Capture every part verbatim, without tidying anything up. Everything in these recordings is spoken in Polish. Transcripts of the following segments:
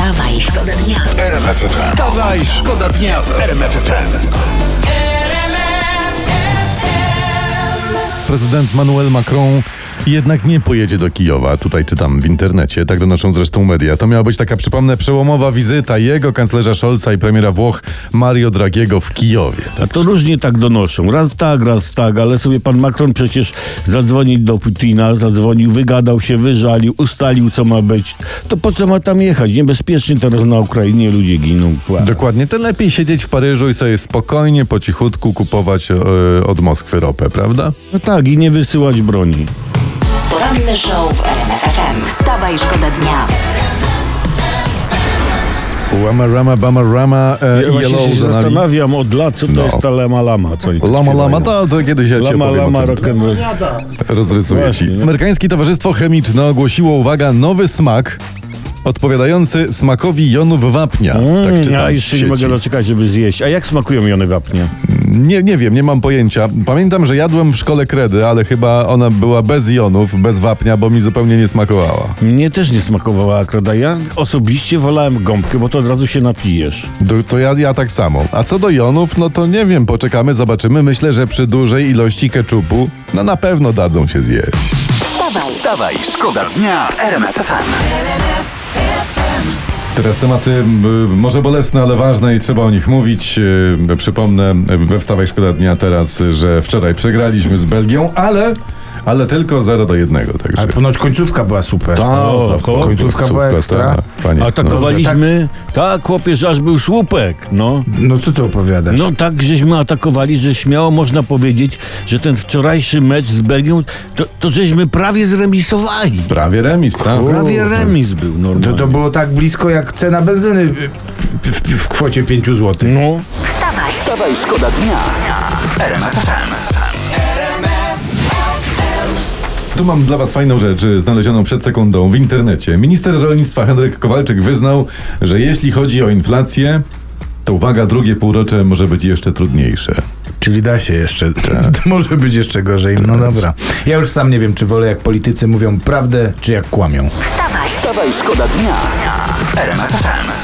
Wstawaj, szkoda dnia w R M F F M. Wstawaj, szkoda dnia w R M F F M. Prezydent Emmanuel Macron jednak nie pojedzie do Kijowa. Tutaj czytam w internecie, tak donoszą zresztą media. To miała być taka, przypomnę, przełomowa wizyta jego, kanclerza Scholza i premiera Włoch Mario Draghiego w Kijowie. A to różnie tak donoszą. Raz tak, raz tak, ale sobie pan Macron przecież zadzwonił do Putina, zadzwonił, wygadał się, wyżalił, ustalił, co ma być. To po co ma tam jechać? Niebezpiecznie teraz na Ukrainie ludzie giną. Pła. Dokładnie. To lepiej siedzieć w Paryżu i sobie spokojnie, po cichutku kupować e, od Moskwy ropę, prawda? No tak, i nie wysyłać broni. Poranny show w R M F F M. Wstawaj, szkoda dnia. Rama, rama, bama, rama e, Ja i właśnie yellow się za nami. zastanawiam od lat, co to No. jest ta lama lama. Co oni tak Lama, lama, śpiewają. to, to kiedyś ja ci Lama, opowiem lama, o tym. rock'n'roll. Rozrysuję Właśnie, ci. no. Amerykańskie Towarzystwo Chemiczne ogłosiło, uwaga, nowy smak odpowiadający smakowi jonów wapnia. Mm, tak czytam ja w jeszcze nie sieci. mogę doczekać, żeby zjeść. A jak smakują jony wapnia? Nie, nie wiem, nie mam pojęcia. Pamiętam, że jadłem w szkole kredy, ale chyba ona była bez jonów, bez wapnia, bo mi zupełnie nie smakowała. Mnie też nie smakowała akurat. Ja osobiście wolałem gąbkę, bo to od razu się napijesz. To, to ja, ja tak samo. A co do jonów, no to nie wiem, poczekamy, zobaczymy. Myślę, że przy dużej ilości keczupu, no na pewno dadzą się zjeść. Wstawaj, Wstawaj, szkoda dnia w R M F F M. Teraz tematy y, może bolesne, ale ważne i trzeba o nich mówić. Y, przypomnę y, we Wstawaj Szkoda Dnia teraz, y, że wczoraj przegraliśmy z Belgią, ale, ale tylko zero do jednego. Także. Ale ponoć końcówka była super. Ta, O, ta, końcówka była ekstra. ta, panie, Atakowaliśmy, tak chłopie, że aż był słupek, no. No co ty opowiadasz? No tak, żeśmy atakowali, że śmiało można powiedzieć, że ten wczorajszy mecz z Belgią, to, to żeśmy prawie zremisowali. No, prawie remis, tak? Prawie remis był To, normalnie. to było tak blisko jak cena benzyny w, w, w kwocie pięć złotych. No. wstawaj, Wstawaj, szkoda dnia w R M F F M. Tu mam dla was fajną rzecz, znalezioną przed sekundą w internecie. Minister rolnictwa Henryk Kowalczyk wyznał, że jeśli chodzi o inflację, to uwaga, drugie półrocze może być jeszcze trudniejsze. Czyli da się jeszcze. To może być jeszcze gorzej. No dobra. Ja już sam nie wiem, czy wolę jak politycy mówią prawdę, czy jak kłamią. wstawaj, Wstawaj, szkoda dnia w R M F F M.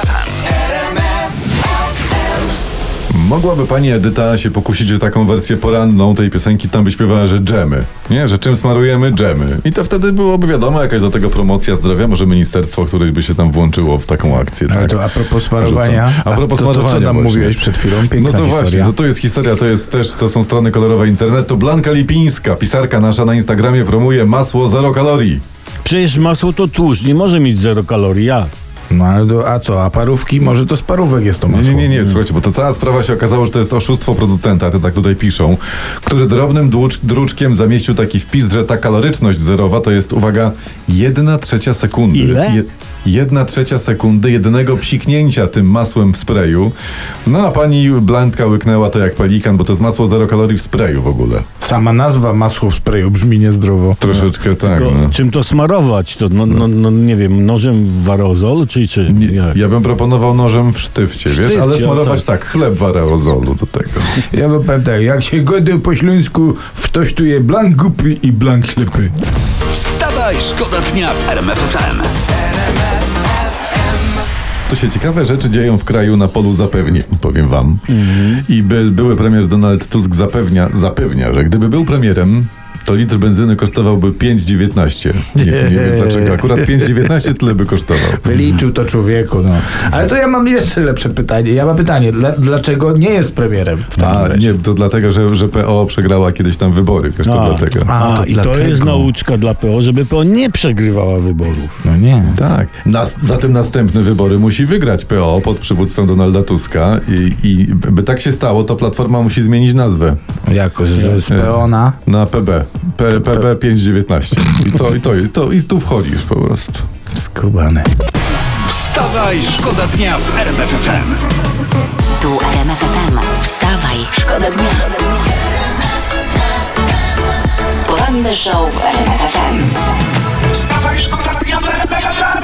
Mogłaby pani Edyta się pokusić o taką wersję poranną tej piosenki, tam by śpiewała, że dżemy. Nie? Że czym smarujemy? Dżemy. I to wtedy byłoby wiadomo, jakaś do tego promocja zdrowia, może ministerstwo, które by się tam włączyło w taką akcję. Ale tak? to a propos smarowania. Rzucam. A propos to, to, smarowania co nam właśnie. mówiłeś przed chwilą? Piękna No to historia. właśnie, no to jest historia, to jest też, to są strony kolorowe internetu. Blanka Lipińska, pisarka nasza na Instagramie, promuje masło zero kalorii. Przecież masło to tłuszcz, nie może mieć zero kalorii, ja. No ale do, a co, a parówki? Może to z parówek jest to Nie, masło. nie, nie, nie, słuchajcie, bo to cała sprawa się okazało, że to jest oszustwo producenta, to tak tutaj piszą, który drobnym dłucz, druczkiem zamieścił taki wpis, że ta kaloryczność zerowa to jest, uwaga, jedna trzecia sekundy. Ile? Je, jedna trzecia sekundy jednego psiknięcia tym masłem w sprayu. No a pani Blanka łyknęła to jak pelikan, bo to jest masło zero kalorii w sprayu w ogóle. Sama nazwa masło w sprayu brzmi niezdrowo. Troszeczkę tak, Tylko no. czym to smarować? To, no, no, no nie wiem, nożem w aerozol, czy, czy Nie, jak? ja bym proponował nożem w sztywcie, wiesz, Sztywcie, ale o smarować tak. tak, chleb w aerozolu do tego. Ja bym powiem tak, jak się gody po śląsku wtośtuje blank gupy i blank ślepy. Wstawaj, szkoda dnia w R M F F M. Tu się ciekawe rzeczy dzieją w kraju na polu zapewnień, powiem wam. Mhm. I by, były premier Donald Tusk zapewnia, zapewnia, że gdyby był premierem, to litr benzyny kosztowałby pięć dziewiętnaście. Nie, nie wiem dlaczego. Akurat pięć dziewiętnaście tyle by kosztował. Wyliczył to człowieku, no. Ale to ja mam jeszcze lepsze pytanie. Ja mam pytanie, dla, dlaczego nie jest premierem w takim A razie? nie, to dlatego, że, że P O przegrała kiedyś tam wybory, wiesz, to A, dlatego. a. A, to i to dlatego. jest nauczka dla P O, żeby P O nie przegrywała wyborów. No nie. Tak. Nas, zatem następne wybory musi wygrać P O pod przywództwem Donalda Tuska i, i by tak się stało, to Platforma musi zmienić nazwę Jako z, z P O na... na P B. P, P B pięć dziewiętnaście. I to, i to, i to, i tu wchodzisz po prostu. Skubany. Wstawaj, szkoda dnia w R M F F M. tu R M F F M. Wstawaj, szkoda dnia. Poranny show w R M F F M. Wstawaj, szkoda dnia w R M F F M.